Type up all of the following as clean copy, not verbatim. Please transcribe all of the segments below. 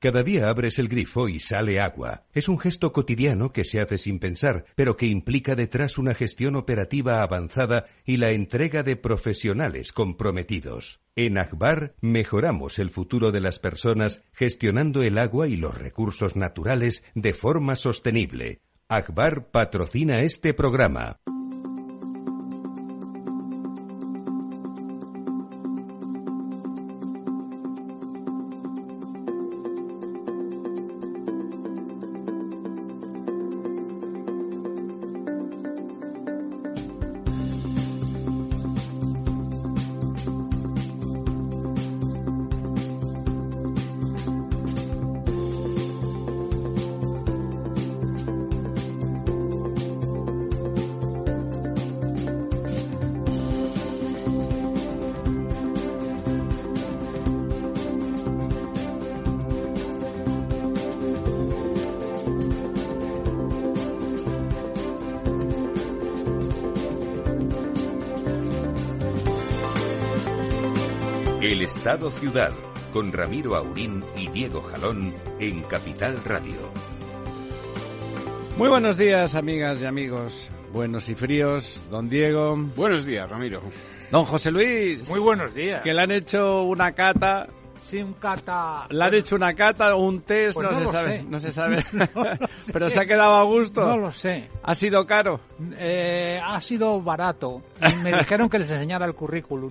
Cada día abres el grifo y sale agua. Es un gesto cotidiano que se hace sin pensar, pero que implica detrás una gestión operativa avanzada y la entrega de profesionales comprometidos. En Agbar mejoramos el futuro de las personas gestionando el agua y los recursos naturales de forma sostenible. Agbar patrocina este programa. El Estado Ciudad, con Ramiro Aurín y Diego Jalón en Capital Radio. Muy buenos días, amigas y amigos. Buenos y fríos, don Diego. Buenos días, Ramiro. Don José Luis. Muy buenos días. Que le han hecho una cata. Sí, un cata. Le han hecho una cata o un test, pues no se sabe. No lo Pero sé. se ha quedado a gusto. No lo sé. ¿Ha sido caro? Ha sido barato. Y me dijeron que les enseñara el currículum.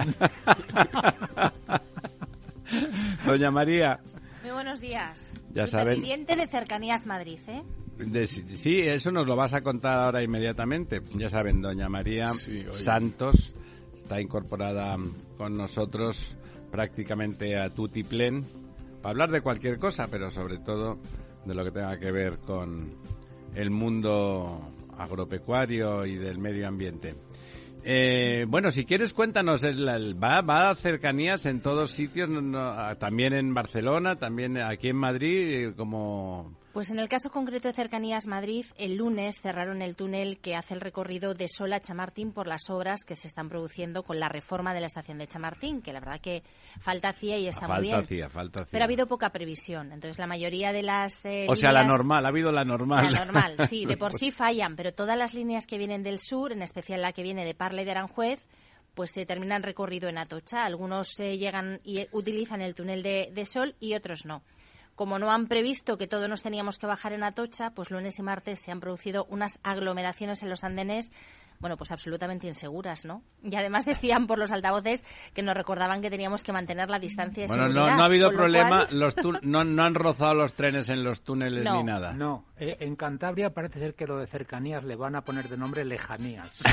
Doña María. Muy buenos días. Ya saben. Superviviente de Cercanías Madrid, ¿eh? Sí, eso nos lo vas a contar ahora inmediatamente. Ya saben, doña María Santos está incorporada con nosotros prácticamente a tutiplén para hablar de cualquier cosa, pero sobre todo de lo que tenga que ver con el mundo agropecuario y del medio ambiente. Bueno, si quieres cuéntanos, va a cercanías en todos sitios, también en Barcelona, también aquí en Madrid, como... Pues en el caso concreto de Cercanías Madrid, el lunes cerraron el túnel que hace el recorrido de Sol a Chamartín por las obras que se están produciendo con la reforma de la estación de Chamartín, que la verdad que falta hacía y está muy bien. Falta hacía. Pero ha habido poca previsión, entonces la mayoría de las O sea, la normal, ha habido la normal. La normal, sí, de por sí fallan, pero todas las líneas que vienen del sur, en especial la que viene de Parla y de Aranjuez, pues se terminan recorrido en Atocha. Algunos llegan y utilizan el túnel de Sol y otros no. Como no han previsto que todos nos teníamos que bajar en Atocha, pues lunes y martes se han producido unas aglomeraciones en los andenes, bueno, pues absolutamente inseguras, ¿no? Y además decían por los altavoces que nos recordaban que teníamos que mantener la distancia de seguridad. Bueno, no ha habido problema, cual... no han rozado los trenes en los túneles ni nada. No, en Cantabria parece ser que lo de cercanías le van a poner de nombre lejanías.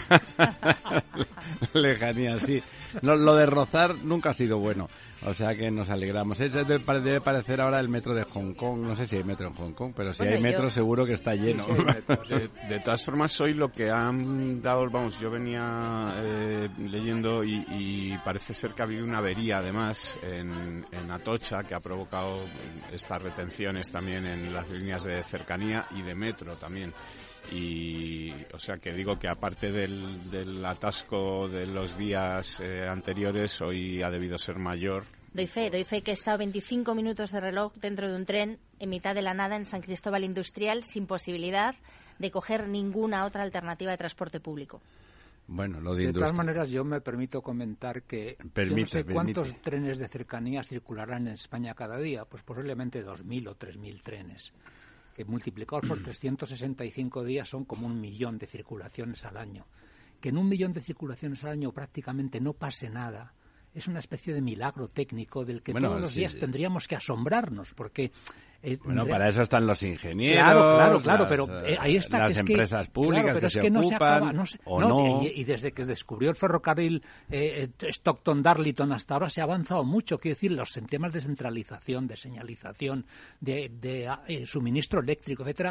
Lejanías, sí. Lo de rozar nunca ha sido bueno. O sea que nos alegramos. Debe parecer ahora el metro de Hong Kong. No sé si hay metro en Hong Kong, pero si hay metro seguro que está lleno. De todas formas, hoy lo que han dado, vamos, yo venía leyendo y parece ser que ha habido una avería además en Atocha que ha provocado estas retenciones también en las líneas de cercanía y de metro también. Y o sea que digo que aparte del atasco de los días anteriores, hoy ha debido ser mayor. Doy fe que he estado 25 minutos de reloj dentro de un tren en mitad de la nada en San Cristóbal Industrial sin posibilidad de coger ninguna otra alternativa de transporte público. Bueno, de todas maneras, yo me permito comentar que yo no sé cuántos trenes de cercanías circularán en España cada día, pues posiblemente 2.000 o 3.000 trenes, que multiplicados por 365 días son como 1 millón de circulaciones al año. Que en 1 millón de circulaciones al año prácticamente no pase nada es una especie de milagro técnico del que todos los días tendríamos que asombrarnos, porque... para eso están los ingenieros, claro, pero ahí está. Las empresas públicas pero que se ocupan, y desde que descubrió el ferrocarril Stockton-Darlington hasta ahora se ha avanzado mucho. Quiero decir, en temas de centralización, de señalización, de suministro eléctrico, etcétera,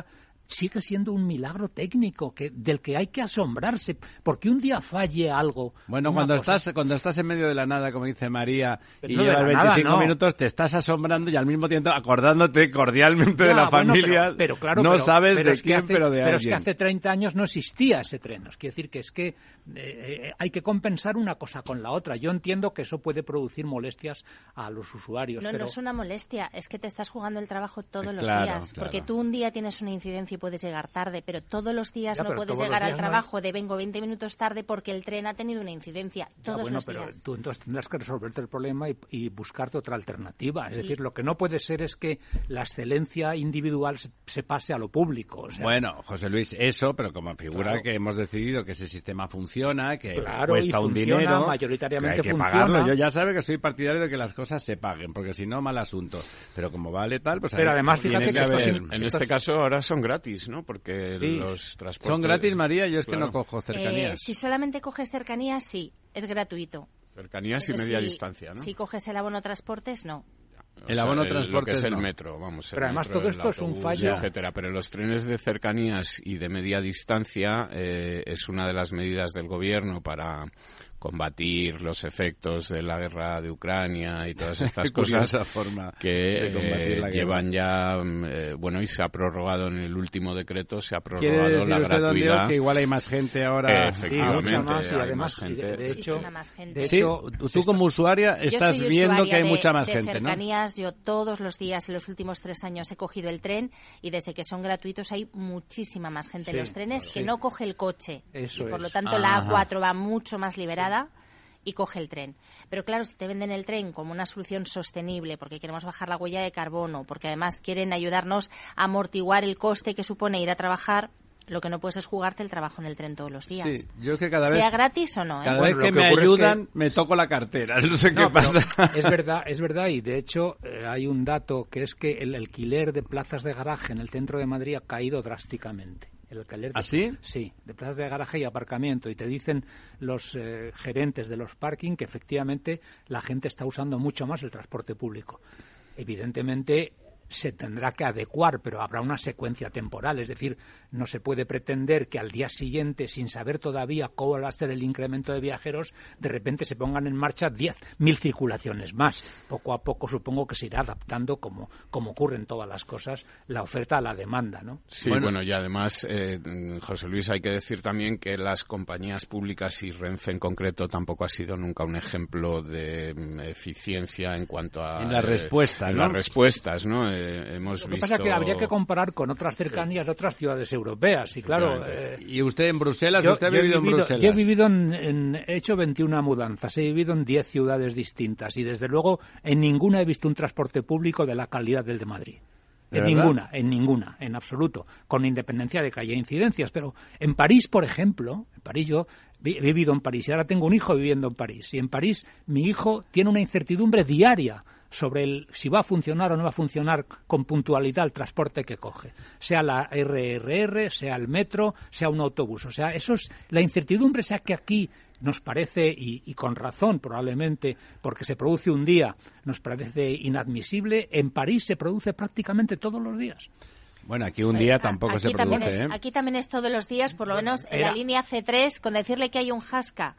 sigue siendo un milagro técnico del que hay que asombrarse, porque un día falle algo. Bueno, cuando estás en medio de la nada, como dice María, y llevas 25 minutos, te estás asombrando y al mismo tiempo acordándote cordialmente de la familia. Pero claro, no sabes de quién, pero de alguien. Pero es que hace 30 años no existía ese tren. Os quiero decir que es que hay que compensar una cosa con la otra. Yo entiendo que eso puede producir molestias a los usuarios. No es una molestia, es que te estás jugando el trabajo todos los días. Claro. Porque tú un día tienes una incidencia y puedes llegar tarde, pero todos los días no puedes llegar al trabajo de vengo 20 minutos tarde porque el tren ha tenido una incidencia. Todos los días. Pero tú entonces tendrás que resolverte el problema y buscarte otra alternativa. Es decir, lo que no puede ser es que la excelencia individual se pase a lo público. O sea, bueno, José Luis, eso, pero como figura que hemos decidido que ese sistema funciona, que cuesta un funciona, dinero, mayoritariamente que hay que pagarlo. Yo ya sabe que soy partidario de que las cosas se paguen, porque si no, mal asunto. Pero como vale tal, pues pero además, fíjate que en este caso ahora son gratis, ¿no? Porque los transportes... ¿Son gratis, María? Yo es que no cojo cercanías. Si solamente coges cercanías, sí, es gratuito. Cercanías y media distancia, ¿no? Si coges el abono transportes, no. El abono transporte lo que es el metro, vamos. Pero además todo esto es un fallo, etcétera. Pero los trenes de cercanías y de media distancia es una de las medidas del gobierno para combatir los efectos de la guerra de Ucrania y todas estas cosas que llevan ya, y se ha prorrogado en el último decreto, se ha prorrogado la gratuidad. Que igual hay más gente ahora. Efectivamente, hay más gente. De hecho, tú como usuaria estás viendo que hay mucha más gente, cercanías, ¿no? Yo todos los días en los últimos 3 años he cogido el tren y desde que son gratuitos hay muchísima más gente en los trenes que no coge el coche. Eso por lo tanto, la A4 va mucho más liberada. Y coge el tren. Pero claro, si te venden el tren como una solución sostenible, porque queremos bajar la huella de carbono, porque además quieren ayudarnos a amortiguar el coste que supone ir a trabajar, lo que no puedes es jugarte el trabajo en el tren todos los días. Sí, yo es que cada vez... Sea gratis o no. Cada vez que me ayudan, me toco la cartera. No sé qué pasa. Es verdad, y de hecho hay un dato que es que el alquiler de plazas de garaje en el centro de Madrid ha caído drásticamente. ¿Ah, sí? Sí, de plazas de garaje y aparcamiento. Y te dicen los gerentes de los parking que efectivamente la gente está usando mucho más el transporte público. Evidentemente se tendrá que adecuar, pero habrá una secuencia temporal. Es decir, no se puede pretender que al día siguiente, sin saber todavía cómo va a ser el incremento de viajeros, de repente se pongan en marcha 10.000 circulaciones más. Poco a poco supongo que se irá adaptando, como ocurren todas las cosas, la oferta a la demanda, ¿no? Sí, bueno, y además, José Luis, hay que decir también que las compañías públicas y Renfe en concreto tampoco ha sido nunca un ejemplo de eficiencia en cuanto a... En la respuesta, ¿no? Las respuestas, ¿no? Lo que pasa es que habría que comparar con otras cercanías de otras ciudades europeas. Y claro, ¿y usted en Bruselas? ¿Usted ha vivido en Bruselas? Yo he vivido he hecho 21 mudanzas, he vivido en 10 ciudades distintas y desde luego en ninguna he visto un transporte público de la calidad del de Madrid. En ninguna, en absoluto, con independencia de que haya incidencias. Pero en París, por ejemplo, yo he vivido en París y ahora tengo un hijo viviendo en París. Y en París mi hijo tiene una incertidumbre diaria sobre si va a funcionar o no va a funcionar con puntualidad el transporte que coge, sea la RRR, sea el metro, sea un autobús. O sea, eso es la incertidumbre, sea que aquí nos parece, y con razón probablemente, porque se produce un día, nos parece inadmisible, en París se produce prácticamente todos los días. Bueno, aquí un día tampoco se produce, Aquí también es todos los días, por lo menos en la línea C3, con decirle que hay un hashtag,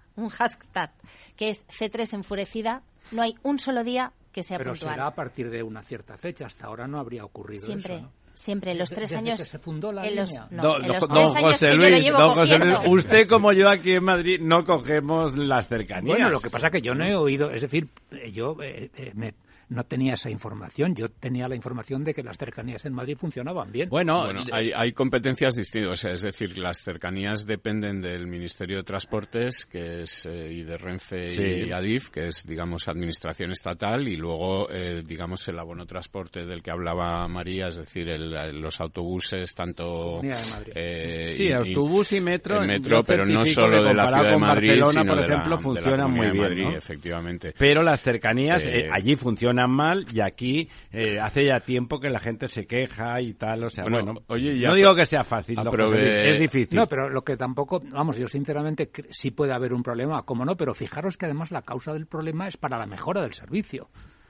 que es C3 enfurecida, no hay un solo día que sea puntual. Pero será a partir de una cierta fecha, hasta ahora no habría ocurrido eso, ¿no? Siempre, en los 3 años... ¿Desde que se fundó la línea? En los 3 años que yo lo llevo cogiendo. Usted como yo aquí en Madrid no cogemos las cercanías. Bueno, lo que pasa es que yo no he oído, es decir, yo no tenía esa información. Yo tenía la información de que las cercanías en Madrid funcionaban bien. Bueno, hay competencias distintas. O sea, es decir, las cercanías dependen del Ministerio de Transportes, que es y de Renfe y Adif, que es, digamos, administración estatal, y luego, digamos, el abono transporte del que hablaba María, es decir, los autobuses, tanto... autobús y metro. El metro, pero no solo de la ciudad de Madrid, Barcelona, sino por ejemplo, funcionan muy bien, Madrid, ¿no? Efectivamente. Pero las cercanías allí funcionan mal y aquí hace ya tiempo que la gente se queja y tal, o sea, oye, no digo que sea fácil, es difícil. No, pero lo que tampoco, yo sinceramente sí puede haber un problema, como no, pero fijaros que además la causa del problema es para la mejora del servicio.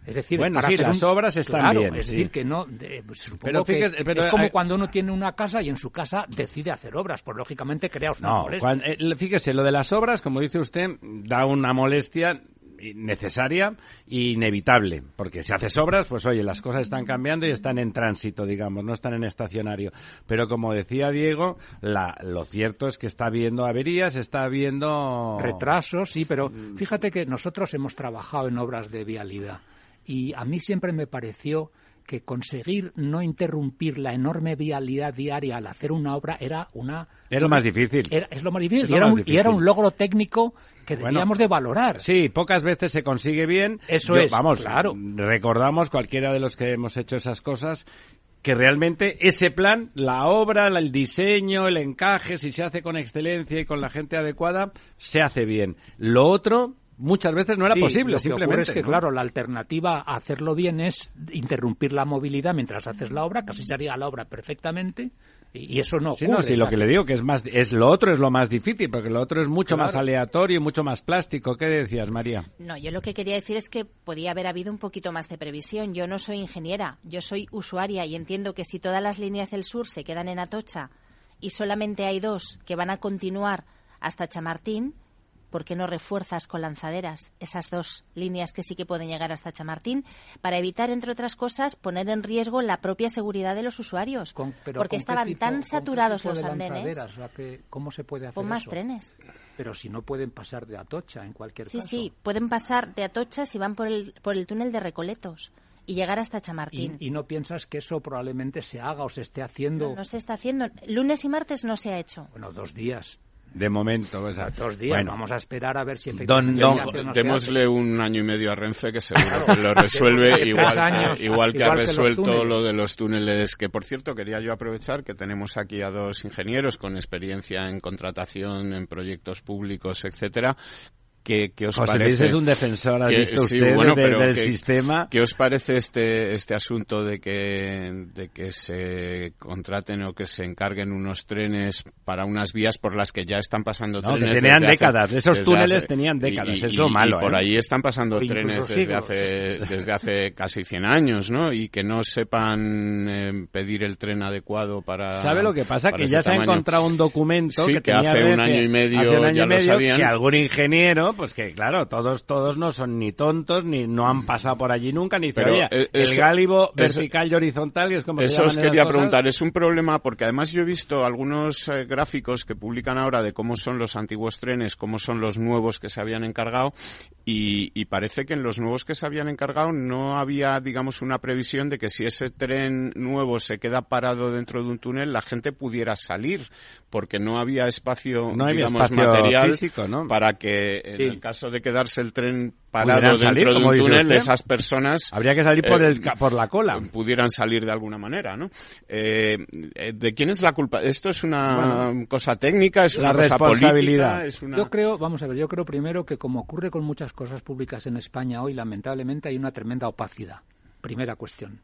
Es decir, bueno, sí, las obras están bien. Es decir, que no... supongo fíjese, que es como cuando uno tiene una casa y en su casa decide hacer obras, pues lógicamente crea una molestia. Fíjese, lo de las obras, como dice usted, da una molestia necesaria e inevitable, porque si haces obras, pues oye, las cosas están cambiando y están en tránsito, digamos, no están en estacionario. Pero como decía Diego, lo cierto es que está habiendo averías, está habiendo... retrasos, sí, pero fíjate que nosotros hemos trabajado en obras de vialidad y a mí siempre me pareció que conseguir no interrumpir la enorme vialidad diaria al hacer una obra era lo más difícil. Es lo más difícil. Y era un logro técnico que debíamos de valorar. Sí, pocas veces se consigue bien. Vamos, claro. Recordamos, cualquiera de los que hemos hecho esas cosas, que realmente ese plan, la obra, el diseño, el encaje, si se hace con excelencia y con la gente adecuada, se hace bien. Lo otro... muchas veces no era posible, lo simplemente. Lo que ocurre es que, claro, la alternativa a hacerlo bien es interrumpir la movilidad mientras haces la obra, casi se haría la obra perfectamente, y eso no ocurre. Sí, lo que le digo, que lo otro es lo más difícil, porque lo otro es mucho más aleatorio y mucho más plástico. ¿Qué decías, María? No, yo lo que quería decir es que podía haber habido un poquito más de previsión. Yo no soy ingeniera, yo soy usuaria, y entiendo que si todas las líneas del sur se quedan en Atocha y solamente hay 2 que van a continuar hasta Chamartín, ¿por qué no refuerzas con lanzaderas esas 2 líneas que sí que pueden llegar hasta Chamartín para evitar, entre otras cosas, poner en riesgo la propia seguridad de los usuarios? Porque estaban tan saturados los andenes. O sea, ¿cómo se puede hacer con más eso? Trenes. Pero si no pueden pasar de Atocha en cualquier caso. Sí, pueden pasar de Atocha si van por el túnel de Recoletos y llegar hasta Chamartín. ¿Y no piensas que eso probablemente se haga o se esté haciendo? No se está haciendo. Lunes y martes no se ha hecho. Bueno, 2 días. De momento, 2 días. Bueno, vamos a esperar a ver si efectivamente démosle un año y medio a Renfe, que seguro que lo resuelve, igual que ha resuelto lo de los túneles, que por cierto quería yo aprovechar que tenemos aquí a 2 ingenieros con experiencia en contratación, en proyectos públicos, etcétera. ¿Qué os José parece? Luis es un defensor, ¿ha visto usted, del sistema? ¿Qué os parece este asunto de que se contraten o que se encarguen unos trenes para unas vías por las que ya están pasando trenes? Que tenían décadas, esos túneles tenían décadas, eso malo. Y por ahí están pasando trenes desde hace casi 100 años, ¿no? Y que no sepan pedir el tren adecuado para... ¿Sabe lo que pasa? Que ya se ha encontrado un documento que hace un año y medio ya lo sabían. Que algún ingeniero... pues que claro, todos no son ni tontos, ni no han pasado por allí nunca, ni el gálibo vertical y horizontal, que es como se llaman. Eso os quería preguntar, es un problema, porque además yo he visto algunos gráficos que publican ahora de cómo son los antiguos trenes, cómo son los nuevos que se habían encargado, y parece que en los nuevos que se habían encargado no había, digamos, una previsión de que si ese tren nuevo se queda parado dentro de un túnel, la gente pudiera salir, porque no había espacio, material físico, ¿no? Para que en el caso de quedarse el tren parado dentro de un túnel, esas personas... habría que salir por la cola. Pudieran salir de alguna manera, ¿no? ¿De quién es la culpa? ¿Esto es una cosa técnica? ¿Es una cosa política? Yo creo primero que, como ocurre con muchas cosas públicas en España hoy, lamentablemente hay una tremenda opacidad. Primera cuestión.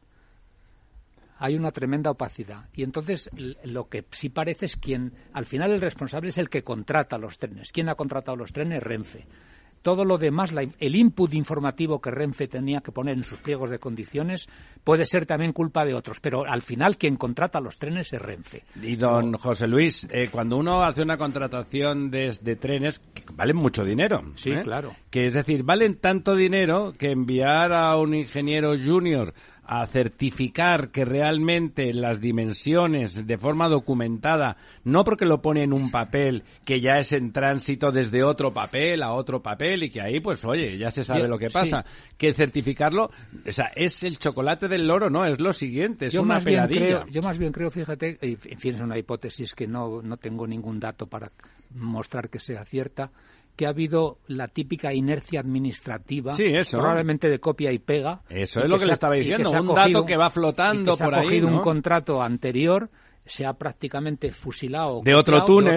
Hay una tremenda opacidad. Y entonces lo que sí parece es al final el responsable es el que contrata los trenes. ¿Quién ha contratado los trenes? Renfe. Todo lo demás, el input informativo que Renfe tenía que poner en sus pliegos de condiciones puede ser también culpa de otros, pero al final quien contrata los trenes es Renfe. Y don José Luis, cuando uno hace una contratación de trenes, que valen mucho dinero. Sí, claro. Que es decir, valen tanto dinero que enviar a un ingeniero junior a certificar que realmente las dimensiones de forma documentada, no porque lo pone en un papel que ya es en tránsito desde otro papel a otro papel y que ahí pues oye, ya se sabe lo que pasa, que certificarlo, o sea, es el chocolate del loro, no, es lo siguiente, es una peladilla. Yo más bien creo, fíjate, en fin, es una hipótesis que no tengo ningún dato para mostrar que sea cierta, que ha habido la típica inercia administrativa, probablemente de copia y pega. Eso es lo que le estaba diciendo, un dato que va flotando por ahí, se ha cogido un contrato anterior, se ha prácticamente fusilado de otro túnel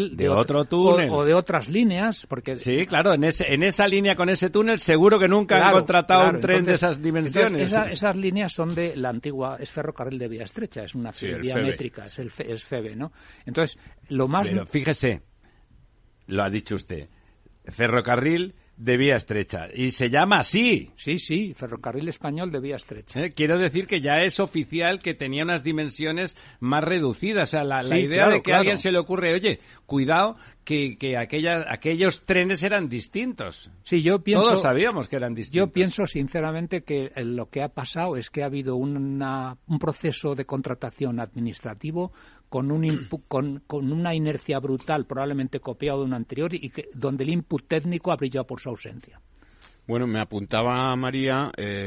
o de otras líneas, porque sí, claro, en esa línea con ese túnel seguro que nunca han contratado un tren de esas dimensiones. Esas líneas son de la antigua, es ferrocarril de vía estrecha, es una vía métrica, es FEBE, ¿no? Entonces, lo más... Pero fíjese, lo ha dicho usted, ferrocarril de vía estrecha. Y se llama así. Sí, ferrocarril español de vía estrecha. Quiero decir que ya es oficial que tenía unas dimensiones más reducidas. O sea, la idea de que a alguien se le ocurre, oye, cuidado, que aquellos trenes eran distintos. Sí, yo pienso... Todos sabíamos que eran distintos. Yo pienso, sinceramente, que lo que ha pasado es que ha habido un proceso de contratación administrativo con una inercia brutal, probablemente copiado de un anterior, y donde el input técnico ha brillado por su ausencia. Bueno, me apuntaba María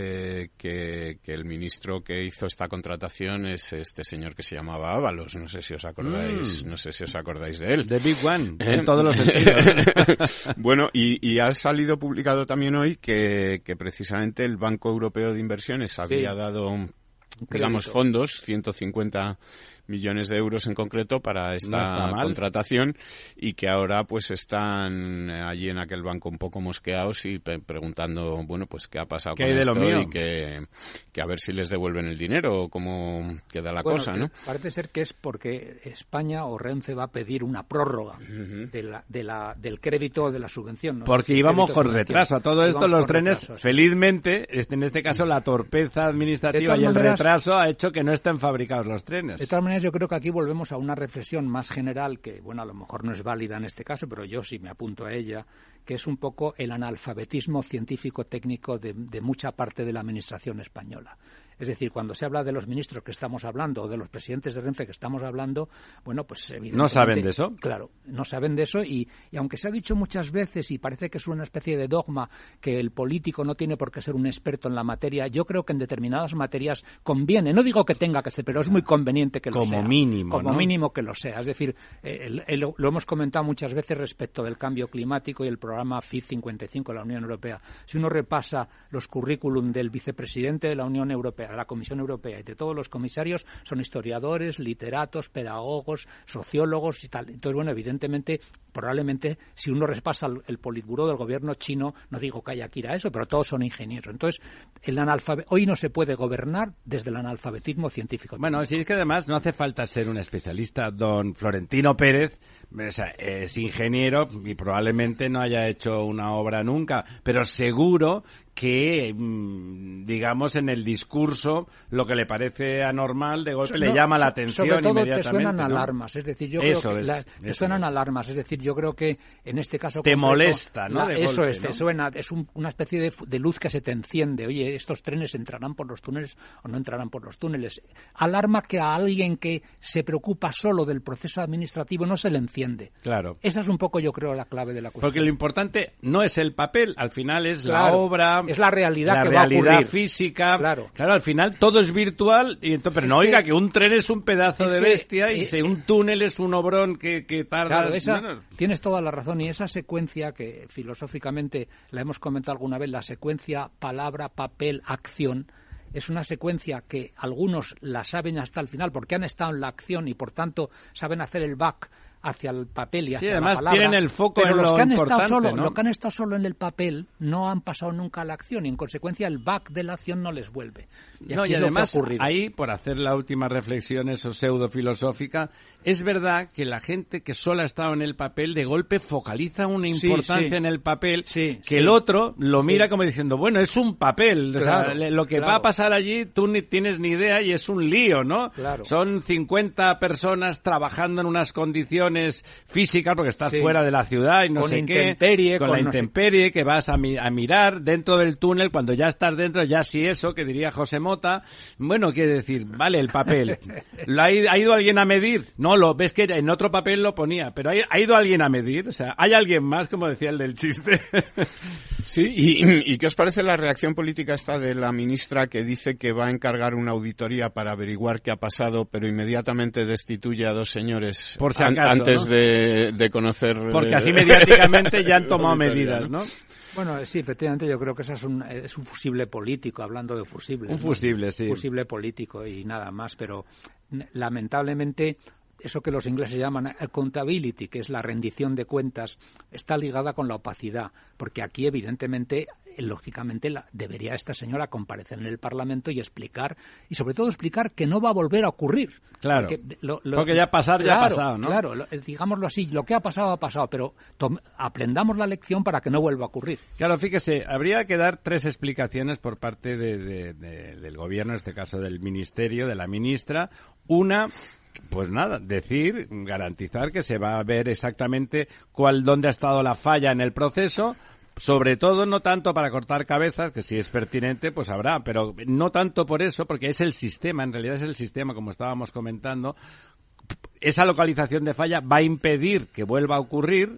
que el ministro que hizo esta contratación es este señor que se llamaba Ábalos. No sé si os acordáis de él. The Big One, en todos los sentidos. Bueno, y ha salido publicado también hoy que precisamente el Banco Europeo de Inversiones había dado, digamos, fondos, 150 millones de euros en concreto para esta contratación, y que ahora pues están allí en aquel banco un poco mosqueados y preguntando, bueno, pues qué ha pasado con esto y que a ver si les devuelven el dinero o cómo queda la cosa, ¿no? Parece ser que es porque España o Renfe va a pedir una prórroga del crédito de la subvención, ¿no? Porque íbamos con retraso. A todo esto los trenes, felizmente, en este caso la torpeza administrativa y el retraso ha hecho que no estén fabricados los trenes. De todas maneras, yo creo que aquí volvemos a una reflexión más general que, bueno, a lo mejor no es válida en este caso, pero yo sí me apunto a ella, que es un poco el analfabetismo científico-técnico de mucha parte de la administración española. Es decir, cuando se habla de los ministros que estamos hablando o de los presidentes de Renfe que estamos hablando, bueno, pues evidentemente... ¿No saben de eso? Claro, no saben de eso y aunque se ha dicho muchas veces y parece que es una especie de dogma que el político no tiene por qué ser un experto en la materia, yo creo que en determinadas materias conviene, no digo que tenga que ser, pero es muy conveniente que lo sea. Como mínimo, como mínimo que lo sea. Es decir, lo hemos comentado muchas veces respecto del cambio climático y el programa FIT 55 de la Unión Europea. Si uno repasa los currículum del vicepresidente de la Unión Europea, de la Comisión Europea y de todos los comisarios, son historiadores, literatos, pedagogos, sociólogos y tal. Entonces, bueno, evidentemente, probablemente, si uno repasa el Politburó del gobierno chino, no digo que haya que ir a eso, pero todos son ingenieros. Entonces, hoy no se puede gobernar desde el analfabetismo científico. Bueno, si es que además no hace falta ser un especialista. Don Florentino Pérez, o sea, es ingeniero y probablemente no haya hecho una obra nunca, pero seguro que, digamos, en el discurso lo que le parece anormal de golpe le llama la atención sobre todo inmediatamente. Te suenan ¿no? alarmas, es decir, yo creo que te suenan alarmas, es decir, yo creo que en este caso te molesta, ¿no? Eso golpe, es, ¿no? Te suena, es una especie de luz que se te enciende. Oye, estos trenes entrarán por los túneles o no entrarán por los túneles. Alarma que a alguien que se preocupa solo del proceso administrativo no se le enciende. Claro. Esa es un poco, yo creo, la clave de la cuestión. Porque lo importante no es el papel, al final es la obra, es la realidad que va a ocurrir. La realidad física. Claro, al final todo es virtual, y entonces, pero no, oiga, que un tren es un pedazo de bestia y un túnel es un obrón que tarda... Claro, tienes toda la razón, y esa secuencia que filosóficamente la hemos comentado alguna vez, la secuencia palabra, papel, acción, es una secuencia que algunos la saben hasta el final porque han estado en la acción y por tanto saben hacer el back hacia el papel y hacia la palabra. Tienen el foco pero en los lo que han importante, estado solo, ¿no? Los que han estado solo en el papel no han pasado nunca a la acción y en consecuencia el back de la acción no les vuelve. Y además ahí, por hacer la última reflexión eso pseudo-filosófica, es verdad que la gente que solo ha estado en el papel de golpe focaliza una importancia en el papel que el otro lo mira como diciendo, bueno, es un papel, claro, o sea, lo que va a pasar allí tú ni tienes ni idea y es un lío, ¿no? Claro. Son 50 personas trabajando en unas condiciones físicas porque estás fuera de la ciudad y no con sé qué, con la intemperie que vas a mirar dentro del túnel, cuando ya estás dentro, ya sí eso, que diría José Mota, bueno, quiere decir, vale, el papel, ¿ha ido alguien a medir? No, lo ves que en otro papel lo ponía, pero ¿ha ido alguien a medir? O sea, ¿hay alguien más, como decía el del chiste? Sí, ¿y qué os parece la reacción política esta de la ministra que dice que va a encargar una auditoría para averiguar qué ha pasado, pero inmediatamente destituye a dos señores por si acaso, antes, ¿no? de conocer... Porque así mediáticamente ya han tomado medidas, ¿no? Bueno, sí, efectivamente, yo creo que ese es un fusible político, hablando de fusibles. Un fusible, sí. Un fusible político y nada más, pero lamentablemente eso que los ingleses llaman accountability, que es la rendición de cuentas, está ligada con la opacidad, porque aquí evidentemente lógicamente debería esta señora comparecer en el Parlamento y explicar, y sobre todo explicar que no va a volver a ocurrir. Claro, porque ya pasar, ya ha pasado, ¿no? Claro, digámoslo así, lo que ha pasado, pero aprendamos la lección para que no vuelva a ocurrir. Claro, fíjese, habría que dar 3 explicaciones por parte del Gobierno, en este caso del Ministerio, de la ministra. Una, pues nada, garantizar que se va a ver exactamente dónde ha estado la falla en el proceso. Sobre todo, no tanto para cortar cabezas, que si es pertinente, pues habrá, pero no tanto por eso, porque es el sistema, en realidad es el sistema, como estábamos comentando. Esa localización de falla va a impedir que vuelva a ocurrir,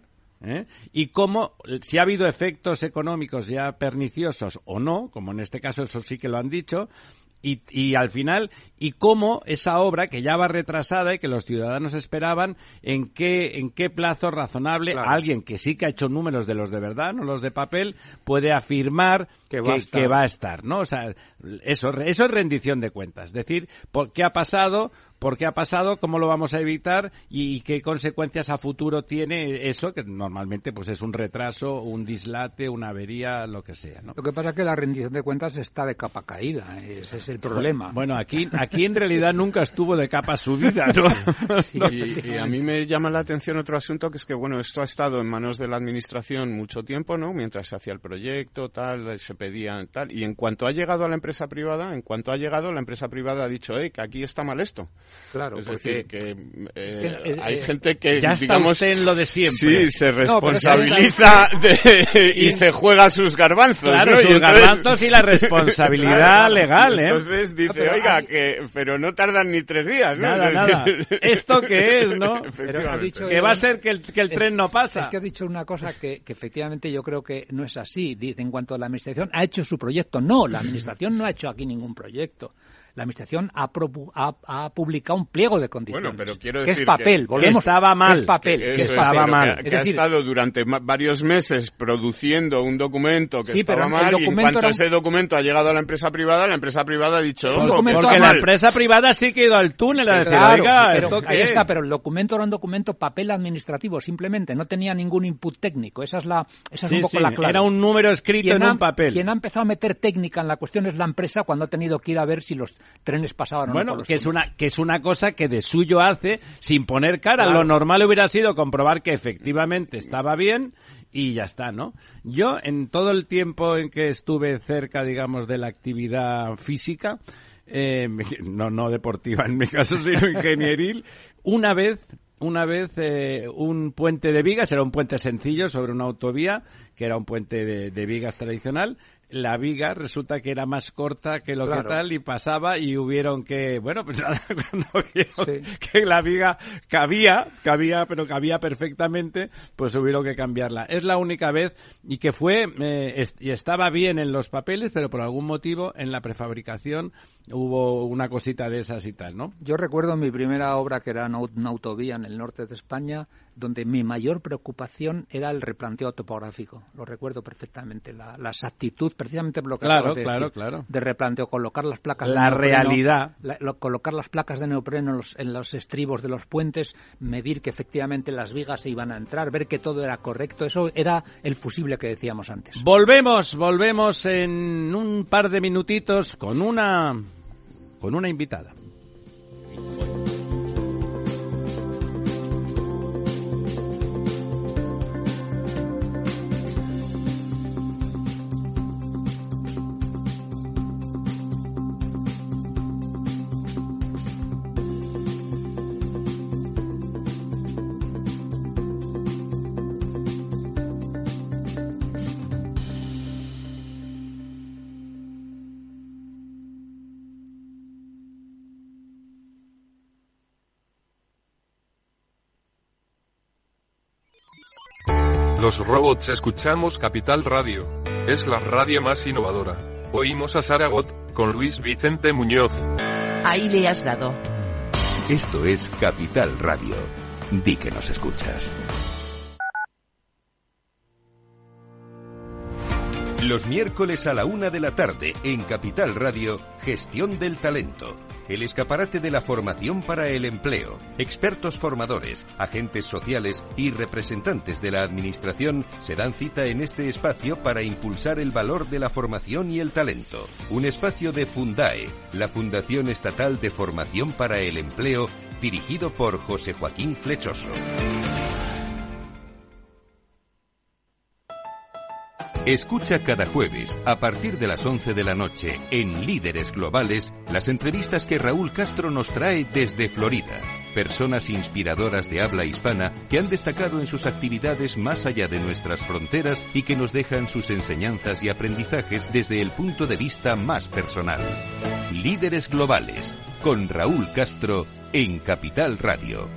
y cómo, si ha habido efectos económicos ya perniciosos o no, como en este caso eso sí que lo han dicho, y al final, y cómo esa obra que ya va retrasada y que los ciudadanos esperaban, en qué plazo razonable, claro, alguien que sí que ha hecho números de los de verdad, no los de papel, puede afirmar que va a estar, ¿no? O sea, eso es rendición de cuentas. Es decir, ¿por qué ha pasado? ¿Cómo lo vamos a evitar? Y qué consecuencias a futuro tiene eso, que normalmente pues es un retraso, un dislate, una avería, lo que sea, ¿no? Lo que pasa es que la rendición de cuentas está de capa caída, ese es el problema. Bueno, aquí en realidad nunca estuvo de capa subida, ¿no? Sí, y a mí me llama la atención otro asunto, que es que, bueno, esto ha estado en manos de la administración mucho tiempo, ¿no? Mientras se hacía el proyecto, tal, se pedía tal, y en cuanto ha llegado a la empresa privada, la empresa privada ha dicho, que aquí está mal esto. Claro, es decir, que hay gente que, ya digamos, está en lo de siempre. Sí, se responsabiliza y se juega sus garbanzos, claro, ¿no? Sus garbanzos y la responsabilidad legal, Entonces dice, oiga, pero no tardan ni 3 días, ¿no? Nada. ¿Esto qué es, no? Pero ha dicho que va a ser que el tren no pasa. Es que ha dicho una cosa que efectivamente yo creo que no es así. Dice, en cuanto a la administración, ha hecho su proyecto. No, la administración no ha hecho aquí ningún proyecto. La administración ha publicado un pliego de condiciones. Bueno, pero quiero decir que es papel, que estaba mal. Es papel, que estaba mal. Que ha estado durante varios meses produciendo un documento que estaba mal, y en cuanto ese documento ha llegado a la empresa privada ha dicho, ojo, porque la empresa privada sí que ha ido al túnel a decir, oiga, ¿esto qué? Ahí está, pero el documento era un documento papel administrativo, simplemente, no tenía ningún input técnico. Esa es un poco la clave. Era un número escrito en un papel. Quien ha empezado a meter técnica en la cuestión es la empresa, cuando ha tenido que ir a ver si los trenes pasaban. Bueno, que es una cosa que de suyo hace sin poner cara. Claro. Lo normal hubiera sido comprobar que efectivamente estaba bien y ya está, ¿no? Yo, en todo el tiempo en que estuve cerca, digamos, de la actividad física, no deportiva en mi caso, sino ingenieril, una vez un puente de vigas, era un puente sencillo sobre una autovía, que era un puente de vigas tradicional. La viga resulta que era más corta que lo que tal, y pasaba, y hubieron que, bueno, pues nada, cuando vieron que la viga cabía perfectamente, pues hubieron que cambiarla. Es la única vez, y que fue, y estaba bien en los papeles, pero por algún motivo en la prefabricación hubo una cosita de esas y tal, ¿no? Yo recuerdo mi primera obra, que era una autovía en el norte de España, donde mi mayor preocupación era el replanteo topográfico. Lo recuerdo perfectamente, la exactitud, precisamente por lo que acabas de decir, de replanteo, colocar las placas de neopreno, realidad, colocar las placas de neopreno en los estribos de los puentes, medir que efectivamente las vigas se iban a entrar, ver que todo era correcto. Eso era el fusible que decíamos antes. Volvemos en un par de minutitos con una invitada. Los robots escuchamos Capital Radio. Es la radio más innovadora. Oímos a Saragot, con Luis Vicente Muñoz. Ahí le has dado. Esto es Capital Radio. Di que nos escuchas. Los miércoles a la 1 de la tarde en Capital Radio, Gestión del Talento. el escaparate de la formación para el empleo. Expertos formadores, agentes sociales y representantes de la administración se dan cita en este espacio para impulsar el valor de la formación y el talento. Un espacio de Fundae, la Fundación Estatal de Formación para el Empleo, dirigido por José Joaquín Flechoso. Escucha cada jueves, a partir de las 11 de la noche, en Líderes Globales, las entrevistas que Raúl Castro nos trae desde Florida. Personas inspiradoras de habla hispana que han destacado en sus actividades más allá de nuestras fronteras y que nos dejan sus enseñanzas y aprendizajes desde el punto de vista más personal. Líderes Globales, con Raúl Castro, en Capital Radio.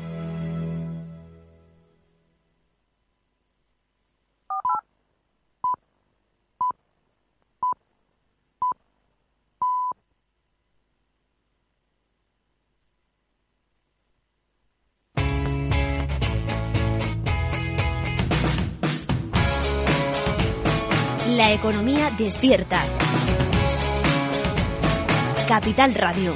La economía despierta. Capital Radio.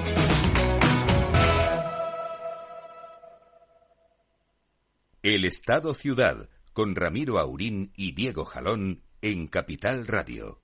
El Estado Ciudad, con Ramiro Aurín y Diego Jalón, en Capital Radio.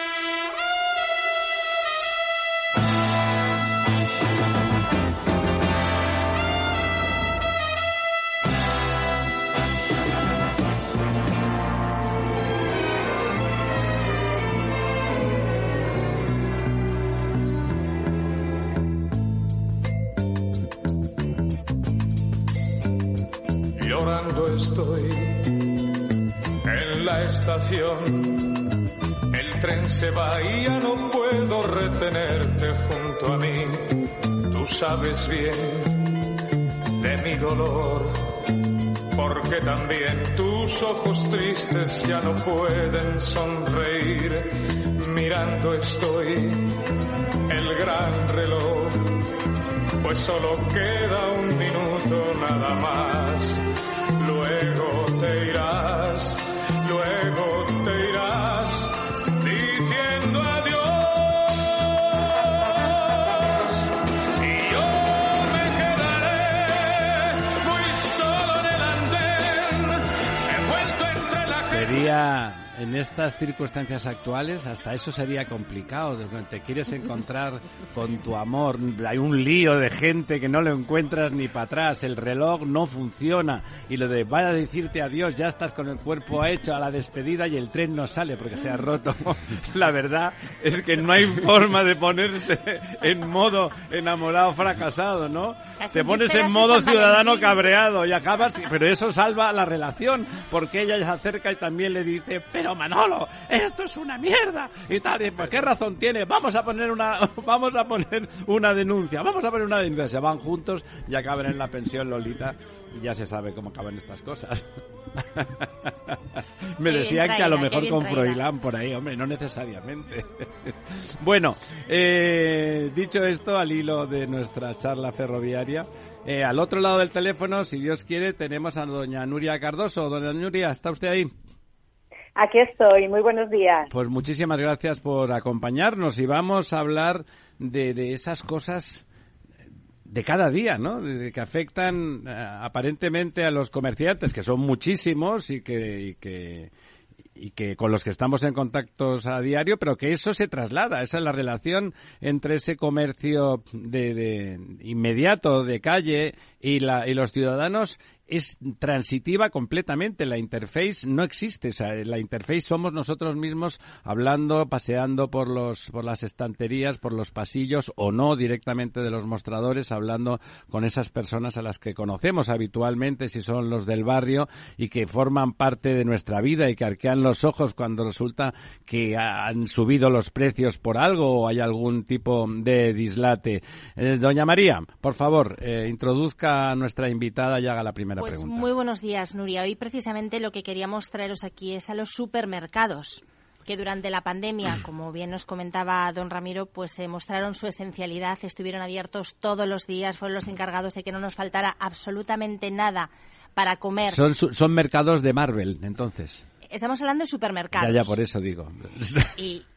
Llorando estoy en la estación, el tren se va y ya no puedo retenerte junto a mí. Tú sabes bien de mi dolor, porque también tus ojos tristes ya no pueden sonreír. Mirando estoy el gran reloj, pues solo queda un minuto nada más. Luego te irás diciendo adiós. Y yo me quedaré muy solo en el andén, envuelto entre la gente. Sería, en estas circunstancias actuales, hasta eso sería complicado. Te quieres encontrar con tu amor, hay un lío de gente que no lo encuentras ni para atrás, el reloj no funciona y lo de vaya a decirte adiós, ya estás con el cuerpo hecho a la despedida y el tren no sale porque se ha roto. La verdad es que no hay forma de ponerse en modo enamorado fracasado, ¿no? Te pones en modo ciudadano cabreado y acabas, pero eso salva la relación porque ella se acerca y también le dice: pero Manolo, esto es una mierda y tal. Y pues, ¿qué razón tiene? Vamos a poner una denuncia. Se van juntos y acaban en la pensión Lolita y ya se sabe cómo acaban estas cosas. Me decían que a lo mejor con Froilán por ahí, hombre, no necesariamente. Bueno, dicho esto, al hilo de nuestra charla ferroviaria, al otro lado del teléfono, si Dios quiere, tenemos a doña Nuria Cardoso. Doña Nuria, ¿está usted ahí? Aquí estoy, muy buenos días. Pues muchísimas gracias por acompañarnos y vamos a hablar de esas cosas de cada día, ¿no? De que afectan aparentemente a los comerciantes, que son muchísimos y que con los que estamos en contactos a diario, pero que eso se traslada, esa es la relación entre ese comercio de inmediato, de calle, y los ciudadanos es transitiva completamente. La interface no existe. O sea, la interface somos nosotros mismos hablando, paseando por las estanterías, por los pasillos, o no directamente de los mostradores, hablando con esas personas a las que conocemos habitualmente, si son los del barrio, y que forman parte de nuestra vida y que arquean los ojos cuando resulta que han subido los precios por algo o hay algún tipo de dislate. Doña María, por favor, introduzca a nuestra invitada y haga la primera pregunta. Muy buenos días, Nuria. Hoy precisamente lo que queríamos traeros aquí es a los supermercados, que durante la pandemia, como bien nos comentaba don Ramiro, pues mostraron su esencialidad, estuvieron abiertos todos los días, fueron los encargados de que no nos faltara absolutamente nada para comer. Son mercados de Marvel, entonces. Estamos hablando de supermercados. Ya, por eso digo. Y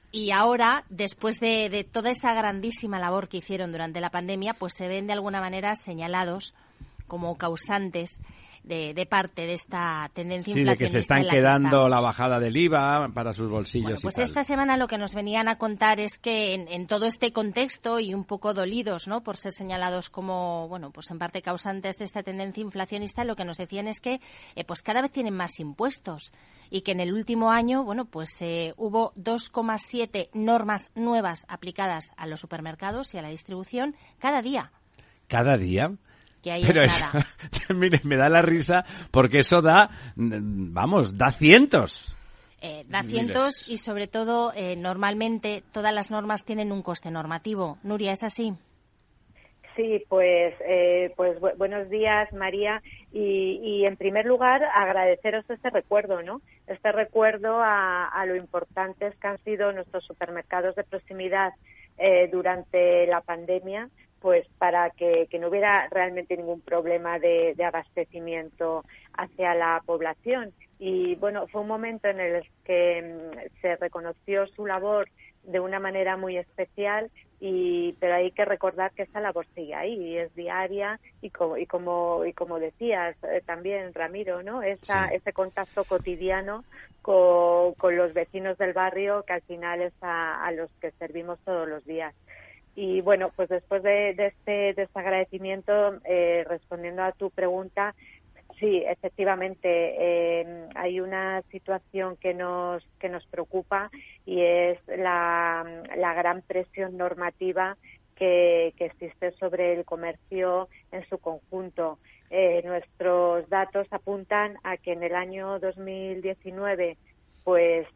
Y ahora, después de toda esa grandísima labor que hicieron durante la pandemia, pues se ven de alguna manera señalados como causantes de parte de esta tendencia inflacionista. Sí, de que se están quedando la bajada del IVA para sus bolsillos. Bueno, pues esta semana lo que nos venían a contar es que en todo este contexto y un poco dolidos, ¿no?, por ser señalados como, bueno, pues en parte causantes de esta tendencia inflacionista, lo que nos decían es que pues cada vez tienen más impuestos y que en el último año, bueno, pues hubo 2,7 normas nuevas aplicadas a los supermercados y a la distribución cada día. ¿Cada día? Que ahí pero es nada. Mire, me da la risa porque eso da cientos. Da cientos y sobre todo normalmente todas las normas tienen un coste normativo. Nuria, ¿es así? Sí, pues buenos días, María. Y en primer lugar, agradeceros este recuerdo, ¿no? Este recuerdo a lo importantes que han sido nuestros supermercados de proximidad durante la pandemia, pues para que no hubiera realmente ningún problema de abastecimiento hacia la población. Y bueno, fue un momento en el que se reconoció su labor de una manera muy especial, pero hay que recordar que esa labor sigue ahí y es diaria y como decías también, Ramiro, ¿no? Ese contacto cotidiano con los vecinos del barrio, que al final es a los que servimos todos los días. Y bueno, pues después de este agradecimiento, respondiendo a tu pregunta, sí, efectivamente, hay una situación que nos preocupa y es la gran presión normativa que existe sobre el comercio en su conjunto. Nuestros datos apuntan a que en el año 2019, pues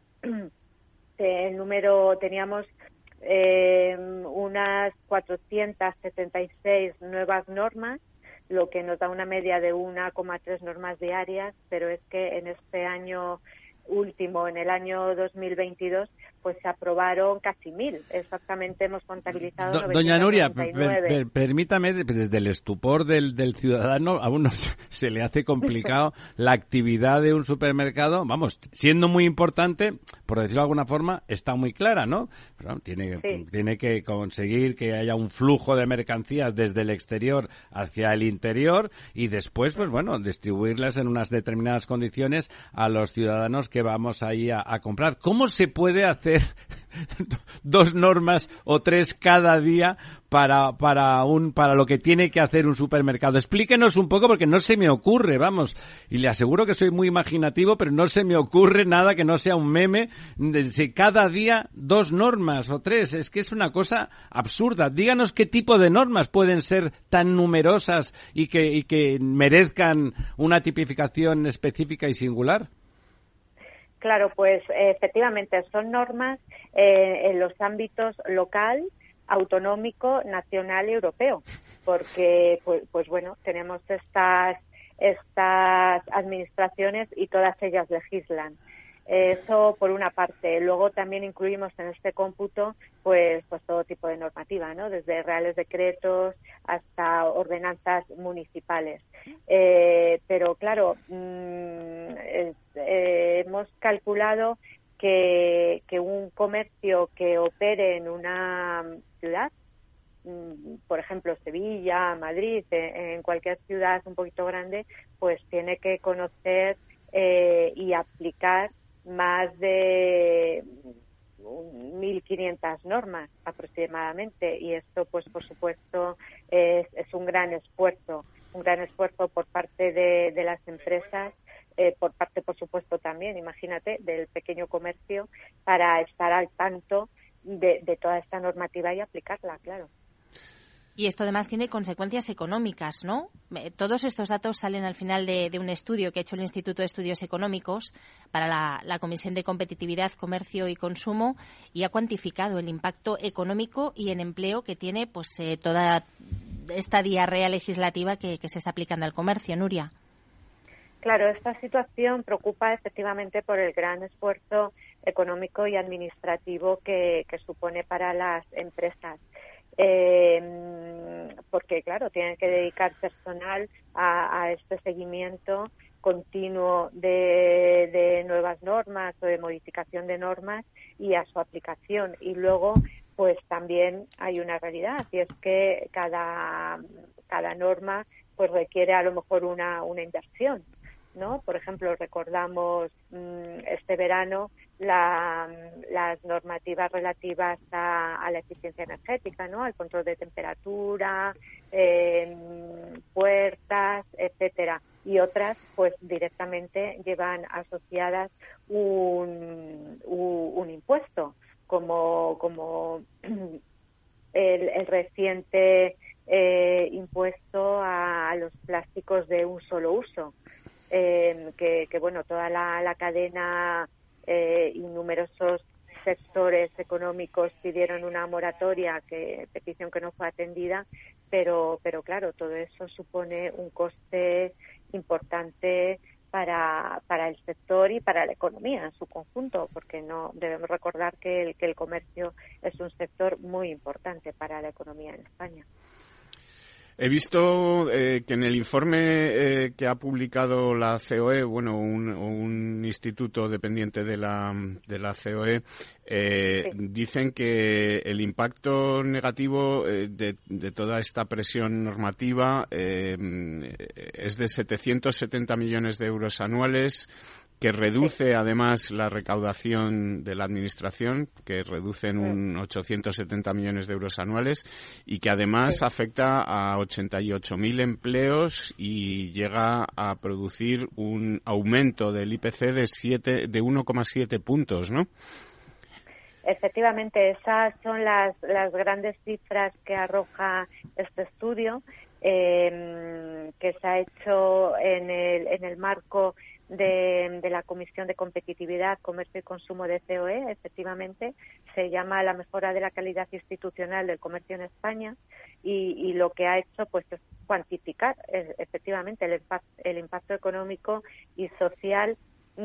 teníamos unas 476 nuevas normas, lo que nos da una media de 1,3 normas diarias, pero es que en este año último, en el año 2022, pues se aprobaron casi 1.000. Exactamente hemos contabilizado 999. Doña Nuria, permítame, desde el estupor del ciudadano, a uno se le hace complicado la actividad de un supermercado, vamos, siendo muy importante, por decirlo de alguna forma, está muy clara, ¿no? Pero, tiene que conseguir que haya un flujo de mercancías desde el exterior hacia el interior y después, pues bueno, distribuirlas en unas determinadas condiciones a los ciudadanos que vamos ahí a comprar. ¿Cómo se puede hacer 2 normas o 3 cada día para lo que tiene que hacer un supermercado? Explíquenos un poco, porque no se me ocurre, vamos, y le aseguro que soy muy imaginativo, pero no se me ocurre nada que no sea un meme de cada día 2 normas o 3. Es que es una cosa absurda. Díganos qué tipo de normas pueden ser tan numerosas y que merezcan una tipificación específica y singular. Claro, pues efectivamente son normas en los ámbitos local, autonómico, nacional y europeo, porque pues bueno, tenemos estas administraciones y todas ellas legislan. Eso por una parte. Luego también incluimos en este cómputo pues todo tipo de normativa, ¿no? Desde reales decretos hasta ordenanzas municipales. Pero claro, hemos calculado que un comercio que opere en una ciudad, por ejemplo Sevilla, Madrid, en cualquier ciudad un poquito grande, pues tiene que conocer y aplicar más de 1.500 normas aproximadamente, y esto pues por supuesto es un gran esfuerzo por parte de las empresas, por parte por supuesto también, imagínate, del pequeño comercio, para estar al tanto de toda esta normativa y aplicarla, claro. Y esto además tiene consecuencias económicas, ¿no? Todos estos datos salen al final de un estudio que ha hecho el Instituto de Estudios Económicos para la Comisión de Competitividad, Comercio y Consumo, y ha cuantificado el impacto económico y en empleo que tiene pues toda esta diarrea legislativa que se está aplicando al comercio. Nuria. Claro, esta situación preocupa efectivamente por el gran esfuerzo económico y administrativo que supone para las empresas. Porque claro, tienen que dedicar personal a este seguimiento continuo de nuevas normas o de modificación de normas y a su aplicación. Y luego, pues también hay una realidad, y es que cada norma pues requiere a lo mejor una inversión, ¿no? Por ejemplo, recordamos este verano las normativas relativas a la eficiencia energética, ¿no? Al control de temperatura, puertas, etcétera, y otras pues directamente llevan asociadas un impuesto, como el reciente impuesto a los plásticos de un solo uso, que bueno, toda la cadena y numerosos sectores económicos pidieron una moratoria, petición que no fue atendida, pero claro, todo eso supone un coste importante para el sector y para la economía en su conjunto, porque no debemos recordar que el comercio es un sector muy importante para la economía en España. He visto que en el informe que ha publicado la COE, bueno, un instituto dependiente de la COE, sí, dicen que el impacto negativo de toda esta presión normativa es de 770 millones de euros anuales, que reduce además la recaudación de la Administración, que reduce en un 870 millones de euros anuales, y que además afecta a 88.000 empleos y llega a producir un aumento del IPC de 1,7 puntos, ¿no? Efectivamente, esas son las grandes cifras que arroja este estudio, que se ha hecho en el marco de la Comisión de Competitividad, Comercio y Consumo de COE. Efectivamente, se llama la mejora de la calidad institucional del comercio en España, y lo que ha hecho pues es cuantificar efectivamente el impacto económico y social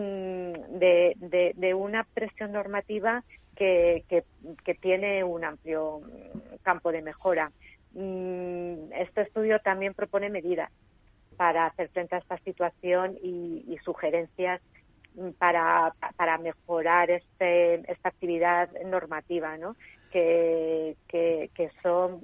de una presión normativa que tiene un amplio campo de mejora. Este estudio también propone medidas para hacer frente a esta situación y sugerencias para mejorar esta actividad normativa, ¿no? Que son,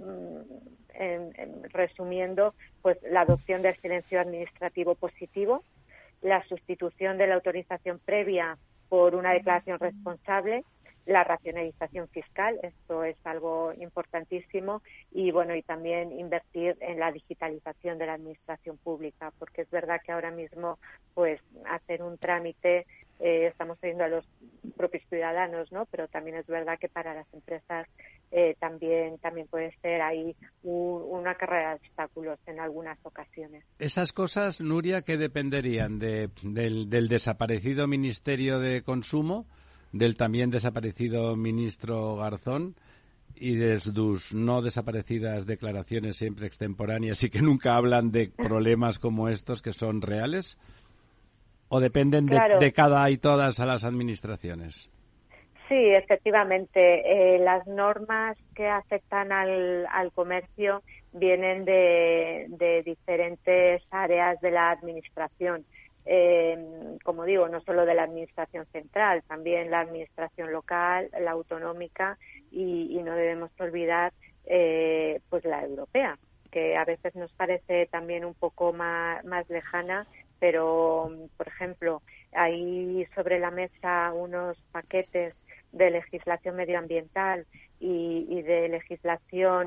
resumiendo, pues la adopción del silencio administrativo positivo, la sustitución de la autorización previa por una declaración responsable, la racionalización fiscal, esto es algo importantísimo, y bueno, y también invertir en la digitalización de la administración pública, porque es verdad que ahora mismo pues hacer un trámite, estamos oyendo a los propios ciudadanos, ¿no? Pero también es verdad que para las empresas también puede ser ahí una carrera de obstáculos en algunas ocasiones. Esas cosas, Nuria, ¿qué dependerían del desaparecido Ministerio de Consumo, del también desaparecido ministro Garzón y de sus no desaparecidas declaraciones siempre extemporáneas y que nunca hablan de problemas como estos que son reales? ¿O dependen de cada y todas a las administraciones? Sí, efectivamente. Las normas que afectan al comercio vienen de diferentes áreas de la administración. Como digo, no solo de la administración central, también la administración local, la autonómica y no debemos olvidar pues la europea, que a veces nos parece también un poco más lejana, pero por ejemplo hay sobre la mesa unos paquetes de legislación medioambiental y de legislación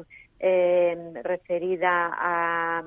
referida a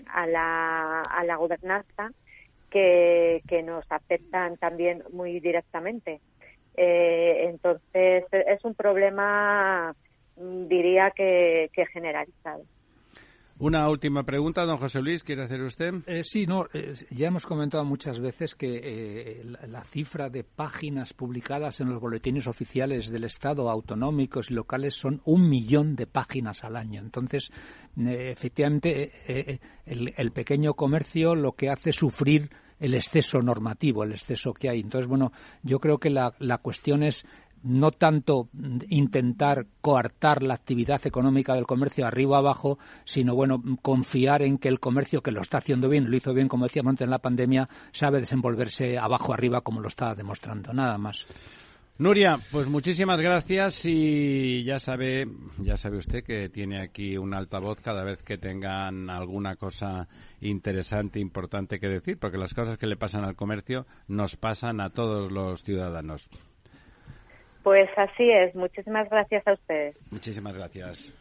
la gobernanza que nos afectan también muy directamente. Entonces, es un problema, diría que generalizado. Una última pregunta, don José Luis, ¿quiere hacer usted? Sí, ya hemos comentado muchas veces que la cifra de páginas publicadas en los boletines oficiales del Estado, autonómicos y locales, son 1 millón de páginas al año. Entonces, efectivamente, el pequeño comercio lo que hace es sufrir el exceso normativo, el exceso que hay. Entonces, bueno, yo creo que la cuestión es no tanto intentar coartar la actividad económica del comercio arriba abajo, sino confiar en que el comercio, que lo está haciendo bien, lo hizo bien, como decíamos antes en la pandemia, sabe desenvolverse abajo arriba como lo está demostrando, nada más. Nuria, pues muchísimas gracias y ya sabe usted que tiene aquí un altavoz cada vez que tengan alguna cosa interesante, importante que decir, porque las cosas que le pasan al comercio nos pasan a todos los ciudadanos. Pues así es. Muchísimas gracias a ustedes. Muchísimas gracias.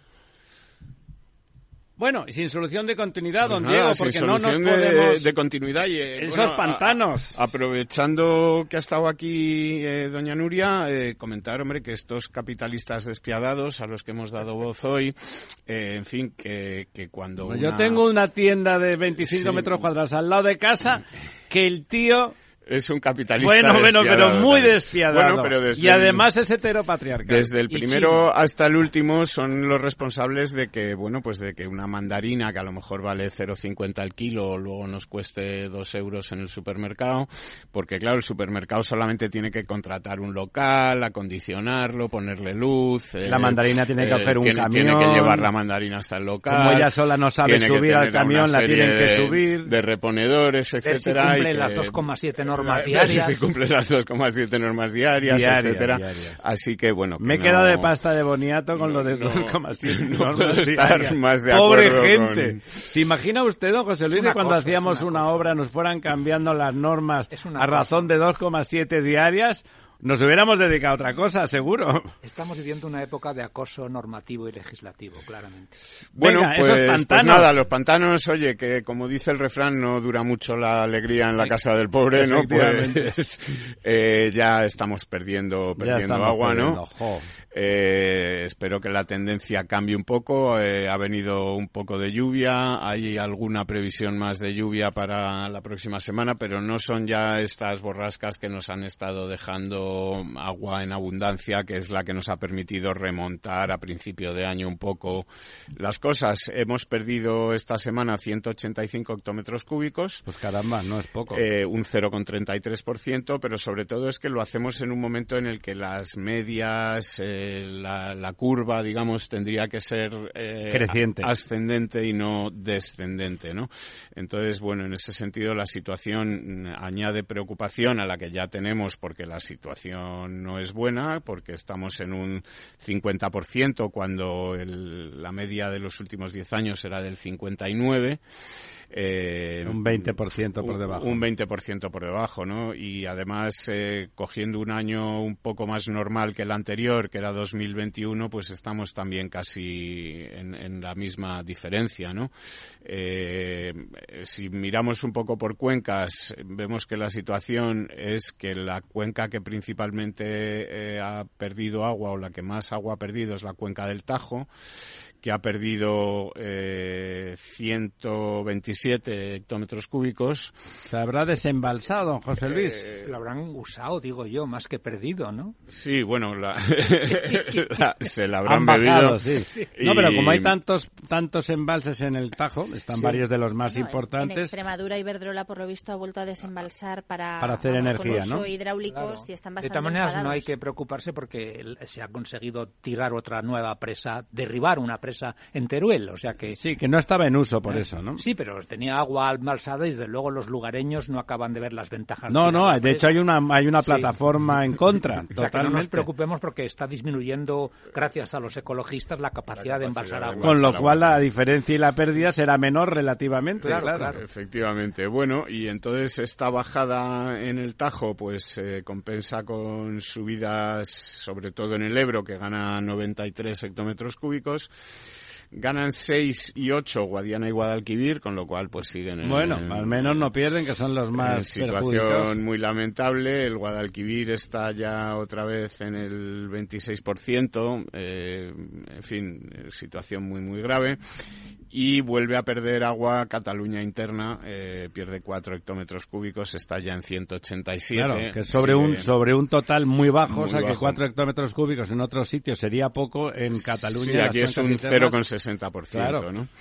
Bueno, y sin solución de continuidad, don nada, Diego, porque no nos podemos... de continuidad y esos pantanos. Aprovechando que ha estado aquí doña Nuria, comentar, hombre, que estos capitalistas despiadados a los que hemos dado voz hoy, en fin, que cuando pues yo tengo una tienda de 25 metros cuadrados al lado de casa, que el tío... Es un capitalista pero muy despiadado. Pero y además es heteropatriarcal. Desde el primero hasta el último son los responsables de que, de que una mandarina que a lo mejor vale 0,50 el kilo luego nos cueste 2 euros en el supermercado, porque claro, el supermercado solamente tiene que contratar un local, acondicionarlo, ponerle luz. La mandarina tiene que hacer un camión. Tiene que llevar la mandarina hasta el local. Como ella sola no sabe subir al camión, la tienen que subir. De reponedores, etcétera. Si cumple las 2,7 normas diarias. Si cumple las 2,7 normas diarias, etcétera. Así que me he quedado de pasta de boniato con lo de 2,7 normas puedo estar diarias. más de Pobre acuerdo gente. ¿Se imagina usted, don José Luis, que cuando hacíamos una obra nos fueran cambiando las normas a razón de 2,7 diarias? Nos hubiéramos dedicado a otra cosa, seguro. Estamos viviendo una época de acoso normativo y legislativo, claramente. Bueno, venga, pues, esos pantanos. Pues nada, los pantanos, oye, que como dice el refrán, no dura mucho la alegría en la casa del pobre, ¿no? Pues ya estamos perdiendo agua, ¿no? Espero que la tendencia cambie un poco. Ha venido un poco de lluvia, hay alguna previsión más de lluvia para la próxima semana, pero no son ya estas borrascas que nos han estado dejando agua en abundancia, que es la que nos ha permitido remontar a principio de año un poco las cosas. Hemos perdido esta semana 185 hectómetros cúbicos. Pues caramba, no es poco. Un 0,33%, pero sobre todo es que lo hacemos en un momento en el que las medias, la curva, digamos, tendría que ser creciente, ascendente y no descendente, ¿no? Entonces, en ese sentido la situación añade preocupación a la que ya tenemos, porque la situación no es buena, porque estamos en un 50% cuando la media de los últimos 10 años era del 59%. Un 20% por debajo. Un 20% por debajo, ¿no? Y además, cogiendo un año un poco más normal que el anterior, que era 2021, pues estamos también casi en la misma diferencia, ¿no? Si miramos un poco por cuencas, vemos que la situación es que la cuenca que principalmente ha perdido agua, o la que más agua ha perdido, es la cuenca del Tajo, que ha perdido 127 hectómetros cúbicos. Se habrá desembalsado, don José Luis. Lo habrán usado, digo yo, más que perdido, ¿no? Sí, se la habrán bajado, bebido. Sí. No, pero como hay tantos embalses en el Tajo, están varios de los más importantes. En Extremadura, Iberdrola, por lo visto, ha vuelto a desembalsar para hacer energía, ¿no? hidráulicos, y están bastante de todas maneras, enfadados. no hay que preocuparse porque se ha conseguido tirar otra nueva presa, derribar una presa en Teruel, o sea que... Sí, que no estaba en uso por eso, ¿no? Sí, pero tenía agua embalsada y desde luego los lugareños no acaban de ver las ventajas. No, de hecho hay una plataforma en contra, o sea, que no nos preocupemos porque está disminuyendo, gracias a los ecologistas, la capacidad de embalsar agua. Con lo cual la diferencia y la pérdida será menor relativamente. Claro. Efectivamente. Bueno, y entonces esta bajada en el Tajo pues compensa con subidas, sobre todo en el Ebro, que gana 93 hectómetros cúbicos. Ganan 6 y 8 Guadiana y Guadalquivir, con lo cual pues siguen al menos no pierden, que son los más situación muy lamentable. El Guadalquivir está ya otra vez en el 26%, en fin, situación muy muy grave. Y vuelve a perder agua Cataluña interna, pierde 4 hectómetros cúbicos, está ya en 187. Claro, que sobre un total muy bajo, o sea que 4 hectómetros cúbicos en otros sitios sería poco, en Cataluña. Sí, aquí es un 0,60%, claro. ¿no?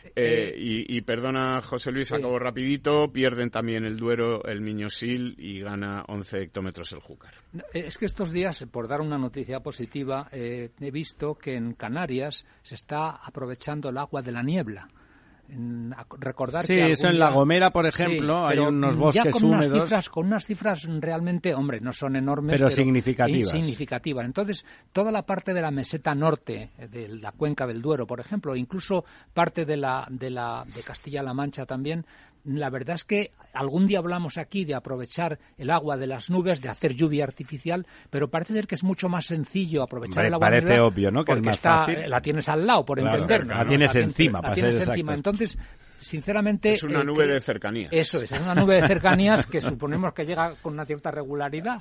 Y perdona, José Luis, acabo rapidito, pierden también el Duero, el Miño-Sil y gana 11 hectómetros el Júcar. Es que estos días, por dar una noticia positiva, he visto que en Canarias se está aprovechando el agua de la niebla. Recordar sí, que eso en La Gomera, por ejemplo, hay unos bosques húmedos. Con unas cifras realmente, hombre, no son enormes, pero significativas. Entonces, toda la parte de la meseta norte, de la cuenca del Duero, por ejemplo, incluso parte de Castilla-La Mancha también, la verdad es que algún día hablamos aquí de aprovechar el agua de las nubes, de hacer lluvia artificial, pero parece ser que es mucho más sencillo aprovechar el agua de la nube. Parece obvio, ¿no? Que es más fácil. La tienes al lado, por entendernos. La tienes encima, para ser exacto. Entonces, sinceramente... Es una nube de cercanías. Eso es una nube de cercanías que suponemos que llega con una cierta regularidad.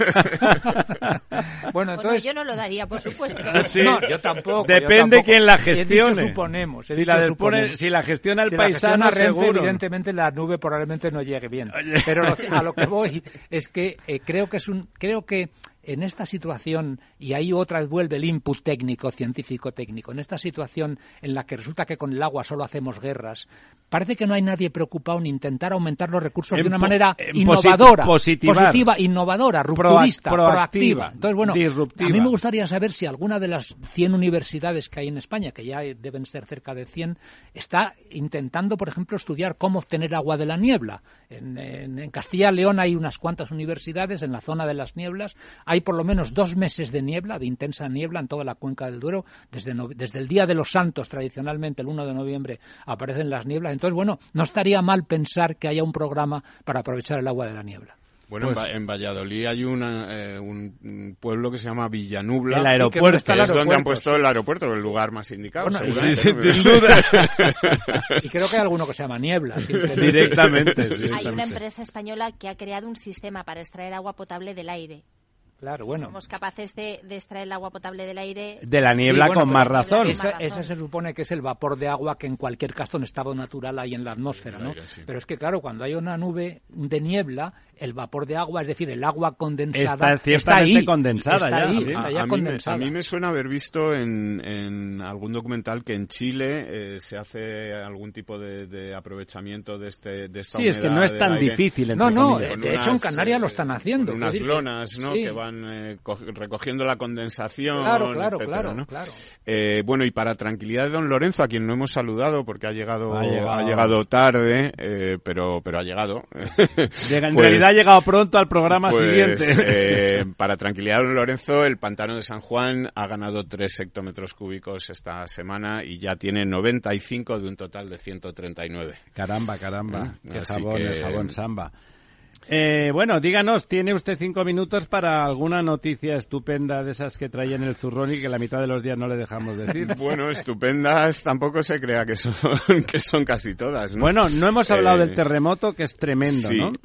Bueno, yo no lo daría, por supuesto. Sí. No, yo tampoco. Depende quién la gestione. Suponemos. Si la gestiona el paisano, seguro. Evidentemente la nube probablemente no llegue bien. Pero a lo que voy es que creo que en esta situación, y ahí otra vez vuelve el input técnico, científico-técnico, en esta situación en la que resulta que con el agua solo hacemos guerras, parece que no hay nadie preocupado en intentar aumentar los recursos de una manera innovadora, positiva, innovadora, rupturista, proactiva. Entonces, bueno, disruptiva. A mí me gustaría saber si alguna de las 100 universidades que hay en España, que ya deben ser cerca de 100, está intentando, por ejemplo, estudiar cómo obtener agua de la niebla. En Castilla y León hay unas cuantas universidades en la zona de las nieblas. Hay por lo menos 2 meses de niebla, de intensa niebla en toda la cuenca del Duero. Desde el Día de los Santos, tradicionalmente, el 1 de noviembre, aparecen las nieblas. Entonces, bueno, no estaría mal pensar que haya un programa para aprovechar el agua de la niebla. Bueno, en Valladolid hay un pueblo que se llama Villanubla. El aeropuerto. Que es donde han puesto el aeropuerto, el lugar más indicado. Bueno, sí, sin duda. Y creo que hay alguno que se llama Niebla. Directamente. Hay una empresa española que ha creado un sistema para extraer agua potable del aire. Claro, bueno. Somos capaces de extraer el agua potable del aire. De la niebla, sí, con más razón. Ese se supone que es el vapor de agua que en cualquier caso en estado natural hay en la atmósfera, ¿no? Sí. Pero es que, claro, cuando hay una nube de niebla, el vapor de agua, es decir, el agua condensada, está ahí. Condensada está ya. Ahí, sí. está ya condensada. A mí me suena haber visto en algún documental que en Chile se hace algún tipo de aprovechamiento de esta humedad. Sí, es que no es tan difícil. De hecho en Canarias lo están haciendo. Con unas lonas, ¿no? Sí. Que van recogiendo la condensación, etcétera, ¿no? Claro. Bueno, y para tranquilidad de don Lorenzo, a quien no hemos saludado porque ha llegado tarde, pero ha llegado. En realidad ha llegado pronto al programa siguiente. Para tranquilidad de don Lorenzo, el pantano de San Juan ha ganado 3 hectómetros cúbicos esta semana y ya tiene 95 de un total de 139. Caramba. El jabón Samba. Bueno, díganos, ¿tiene usted 5 minutos para alguna noticia estupenda de esas que traía en el zurrón y que la mitad de los días no le dejamos decir? Bueno, estupendas tampoco se crea que son casi todas, ¿no? Bueno, no hemos hablado del terremoto, que es tremendo, sí, ¿no?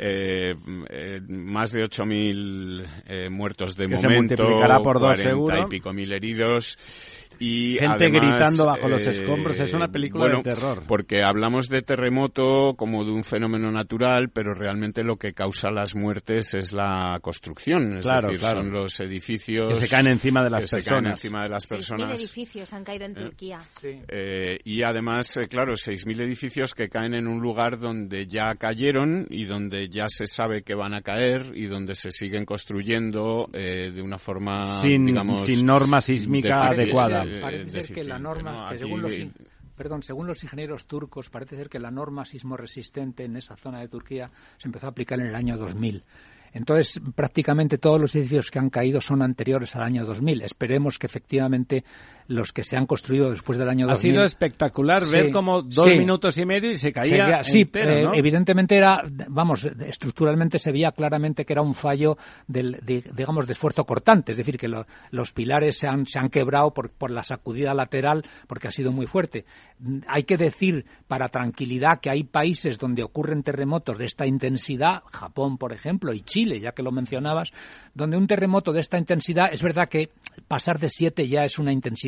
Más de 8.000 muertos de que momento, se multiplicará por 2 seguro. 40 y pico mil heridos. Y gente además, gritando bajo los escombros, es una película de terror. Porque hablamos de terremoto como de un fenómeno natural, pero realmente lo que causa las muertes es la construcción, es decir, son los edificios que se caen encima de las personas. 6.000 edificios han caído en Turquía. Sí. Y además, 6.000 edificios que caen en un lugar donde ya cayeron y donde ya se sabe que van a caer y donde se siguen construyendo de una forma, sin norma sísmica adecuada. Parece ser que la norma, que según los ingenieros turcos, parece ser que la norma sismoresistente en esa zona de Turquía se empezó a aplicar en el año 2000. Entonces, prácticamente todos los edificios que han caído son anteriores al año 2000. Esperemos que efectivamente los que se han construido después del año 2000... Ha sido espectacular ver cómo 2 minutos y medio y se caía entero, ¿no? Evidentemente estructuralmente se veía claramente que era un fallo de esfuerzo cortante. Es decir, que los pilares se han quebrado por la sacudida lateral porque ha sido muy fuerte. Hay que decir, para tranquilidad, que hay países donde ocurren terremotos de esta intensidad, Japón, por ejemplo, y Chile, ya que lo mencionabas, donde un terremoto de esta intensidad, es verdad que pasar de 7 ya es una intensidad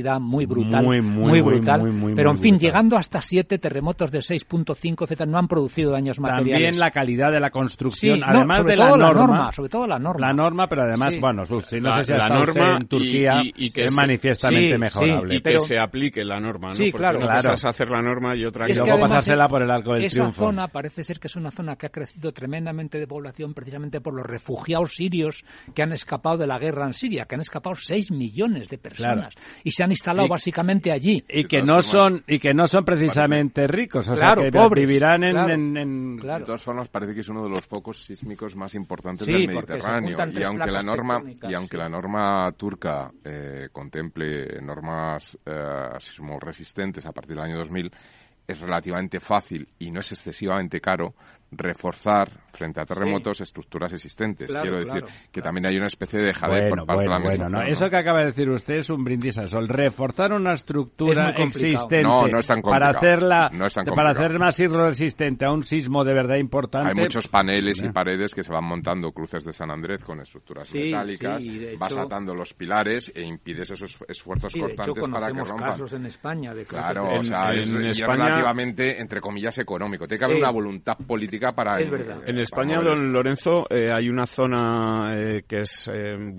intensidad muy brutal, muy brutal. Pero en fin, brutal. Llegando hasta 7 terremotos de 6.5, etcétera, no han producido daños materiales. También la calidad de la construcción, además de la norma. Sobre todo la norma. La norma, pero además, bueno, no sé si la norma en Turquía y que es manifiestamente mejorable. Y que se aplique la norma, ¿no? Sí, porque una cosa es hacer la norma y otra y luego pasársela por el arco del triunfo. Esa zona parece ser que es una zona que ha crecido tremendamente de población precisamente por los refugiados sirios que han escapado de la guerra en Siria, que han escapado 6 millones de personas y se han instalado básicamente allí. Y que no son precisamente ricos, o sea, que pobres, vivirán en De todas formas, parece que es uno de los focos sísmos más importantes del Mediterráneo. Y aunque la norma turca contemple normas sismorresistentes a partir del año 2000, es relativamente fácil y no es excesivamente caro reforzar frente a terremotos estructuras existentes. Quiero decir que también hay una especie de dejadez por parte de la administración. ¿no? Eso que acaba de decir usted es un brindis al sol. Reforzar una estructura existente no es tan para hacerla para hacer más resistente a un sismo de verdad importante. Hay muchos paneles y paredes que se van montando cruces de San Andrés con estructuras metálicas, vas atando los pilares e impides esos esfuerzos cortantes para que rompan. Casos en España de en España relativamente, entre comillas, económico. Tiene que haber una voluntad política para... Es verdad. En España, don Lorenzo, hay una zona que es,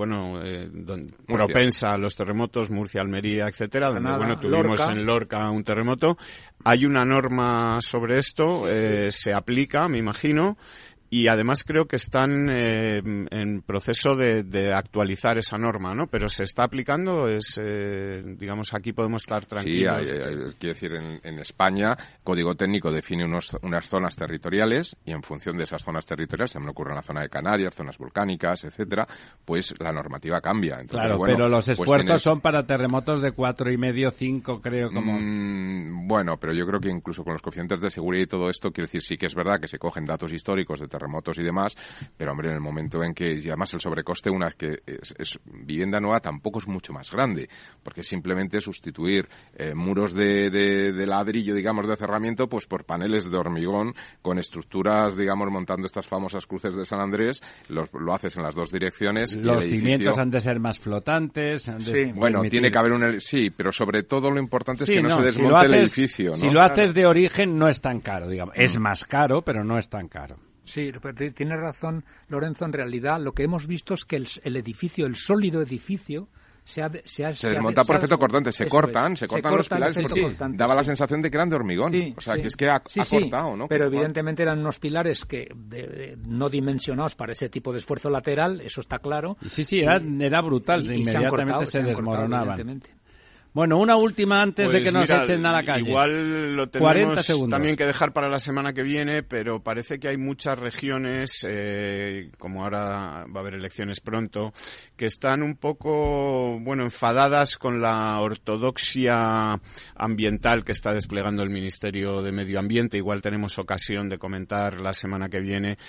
propensa a los terremotos, Murcia, Almería, etcétera, donde, tuvimos en Lorca un terremoto. Hay una norma sobre esto, se aplica, me imagino, y además creo que están en proceso de actualizar esa norma, ¿no? Pero se está aplicando, digamos, aquí podemos estar tranquilos. Sí, quiero decir, en España, Código Técnico define unas zonas territoriales y en función de esas zonas territoriales, se me ocurre en la zona de Canarias, zonas volcánicas, etcétera, pues la normativa cambia. Entonces, pero los esfuerzos son para terremotos de 4,5, 5, creo, como... pero yo creo que incluso con los coeficientes de seguridad y todo esto, quiero decir, sí que es verdad que se cogen datos históricos de terremotos y demás, pero hombre, en el momento en que, y además el sobrecoste, una vez que es vivienda nueva, tampoco es mucho más grande, porque simplemente sustituir muros de ladrillo, digamos, de cerramiento, pues por paneles de hormigón, con estructuras, digamos, montando estas famosas cruces de San Andrés, lo haces en las dos direcciones. Los cimientos han de ser más flotantes. Tiene que haber pero sobre todo lo importante es que no se desmonte el edificio, ¿no? Si lo haces de origen, no es tan caro, digamos. Es más caro, pero no es tan caro. Sí, pero tiene razón Lorenzo, en realidad lo que hemos visto es que el edificio, el sólido edificio, se desmonta por efecto cortante, se cortan los pilares, daba la sensación de que eran de hormigón, que es que ha cortado, ¿no? Pero evidentemente eran unos pilares que no dimensionados para ese tipo de esfuerzo lateral, eso está claro. Era brutal, inmediatamente se desmoronaban. Bueno, una última antes de que nos echen a la calle. Igual lo tenemos también que dejar para la semana que viene, pero parece que hay muchas regiones, como ahora va a haber elecciones pronto, que están un poco, enfadadas con la ortodoxia ambiental que está desplegando el Ministerio de Medio Ambiente. Igual tenemos ocasión de comentar la semana que viene,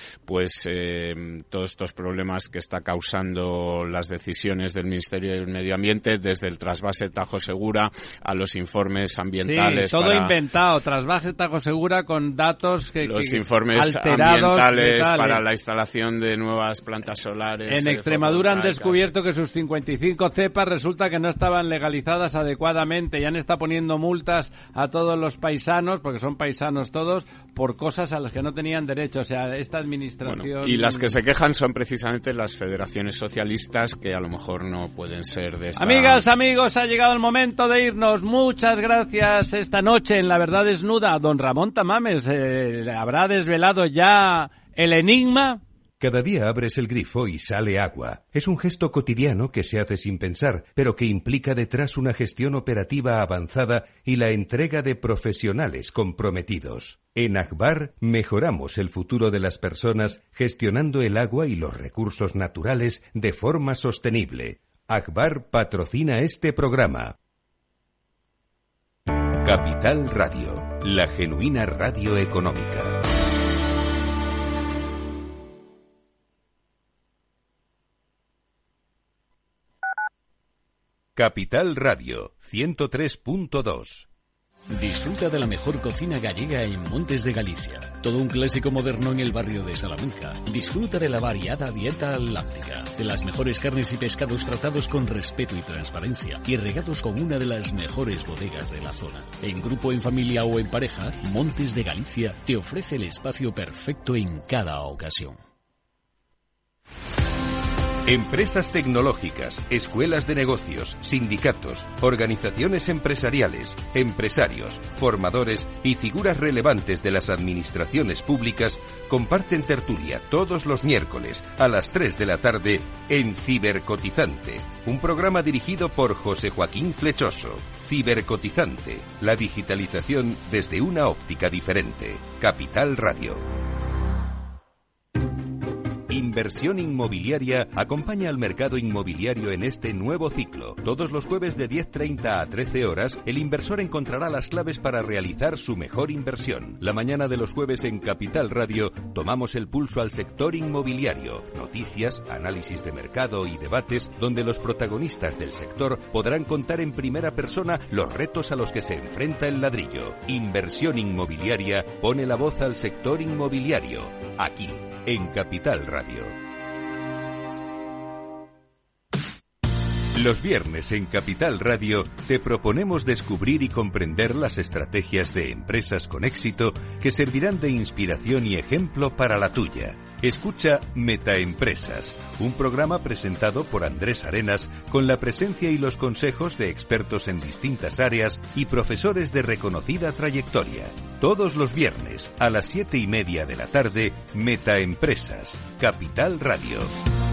todos estos problemas que está causando las decisiones del Ministerio del Medio Ambiente, desde el trasvase Tajo Segura a los informes ambientales. Sí, todo inventado, trasvase Tajo Segura con datos los informes ambientales para la instalación de nuevas plantas solares. En Extremadura han descubierto que sus 55 cepas resulta que no estaban legalizadas adecuadamente y han estado poniendo multas a todos los paisanos, porque son paisanos todos, por cosas a las que no tenían derecho. O sea, esta administración... y las que se quejan son precisamente las federaciones socialistas, que a lo mejor no pueden ser de esta... Amigas, amigos, ha llegado el momento de irnos. Muchas gracias esta noche en La Verdad Desnuda. Don Ramón Tamames, ¿habrá desvelado ya el enigma? Cada día abres el grifo y sale agua. Es un gesto cotidiano que se hace sin pensar, pero que implica detrás una gestión operativa avanzada y la entrega de profesionales comprometidos. En Agbar mejoramos el futuro de las personas gestionando el agua y los recursos naturales de forma sostenible. Agbar patrocina este programa. Capital Radio, la genuina radio económica. Capital Radio, 103.2. Disfruta de la mejor cocina gallega en Montes de Galicia. Todo un clásico moderno en el barrio de Salamanca. Disfruta de la variada dieta láctica, de las mejores carnes y pescados tratados con respeto y transparencia y regados con una de las mejores bodegas de la zona. En grupo, en familia o en pareja, Montes de Galicia te ofrece el espacio perfecto en cada ocasión. Empresas tecnológicas, escuelas de negocios, sindicatos, organizaciones empresariales, empresarios, formadores y figuras relevantes de las administraciones públicas comparten tertulia todos los miércoles a las 3 de la tarde en Cibercotizante, un programa dirigido por José Joaquín Flechoso. Cibercotizante, la digitalización desde una óptica diferente. Capital Radio. Inversión Inmobiliaria acompaña al mercado inmobiliario en este nuevo ciclo. Todos los jueves de 10:30 a 13 horas, el inversor encontrará las claves para realizar su mejor inversión. La mañana de los jueves en Capital Radio tomamos el pulso al sector inmobiliario. Noticias, análisis de mercado y debates donde los protagonistas del sector podrán contar en primera persona los retos a los que se enfrenta el ladrillo. Inversión Inmobiliaria pone la voz al sector inmobiliario. Aquí, en Capital Radio. Los viernes en Capital Radio te proponemos descubrir y comprender las estrategias de empresas con éxito que servirán de inspiración y ejemplo para la tuya. Escucha Metaempresas, un programa presentado por Andrés Arenas con la presencia y los consejos de expertos en distintas áreas y profesores de reconocida trayectoria. Todos los viernes a las 7:30 de la tarde, Metaempresas, Capital Radio.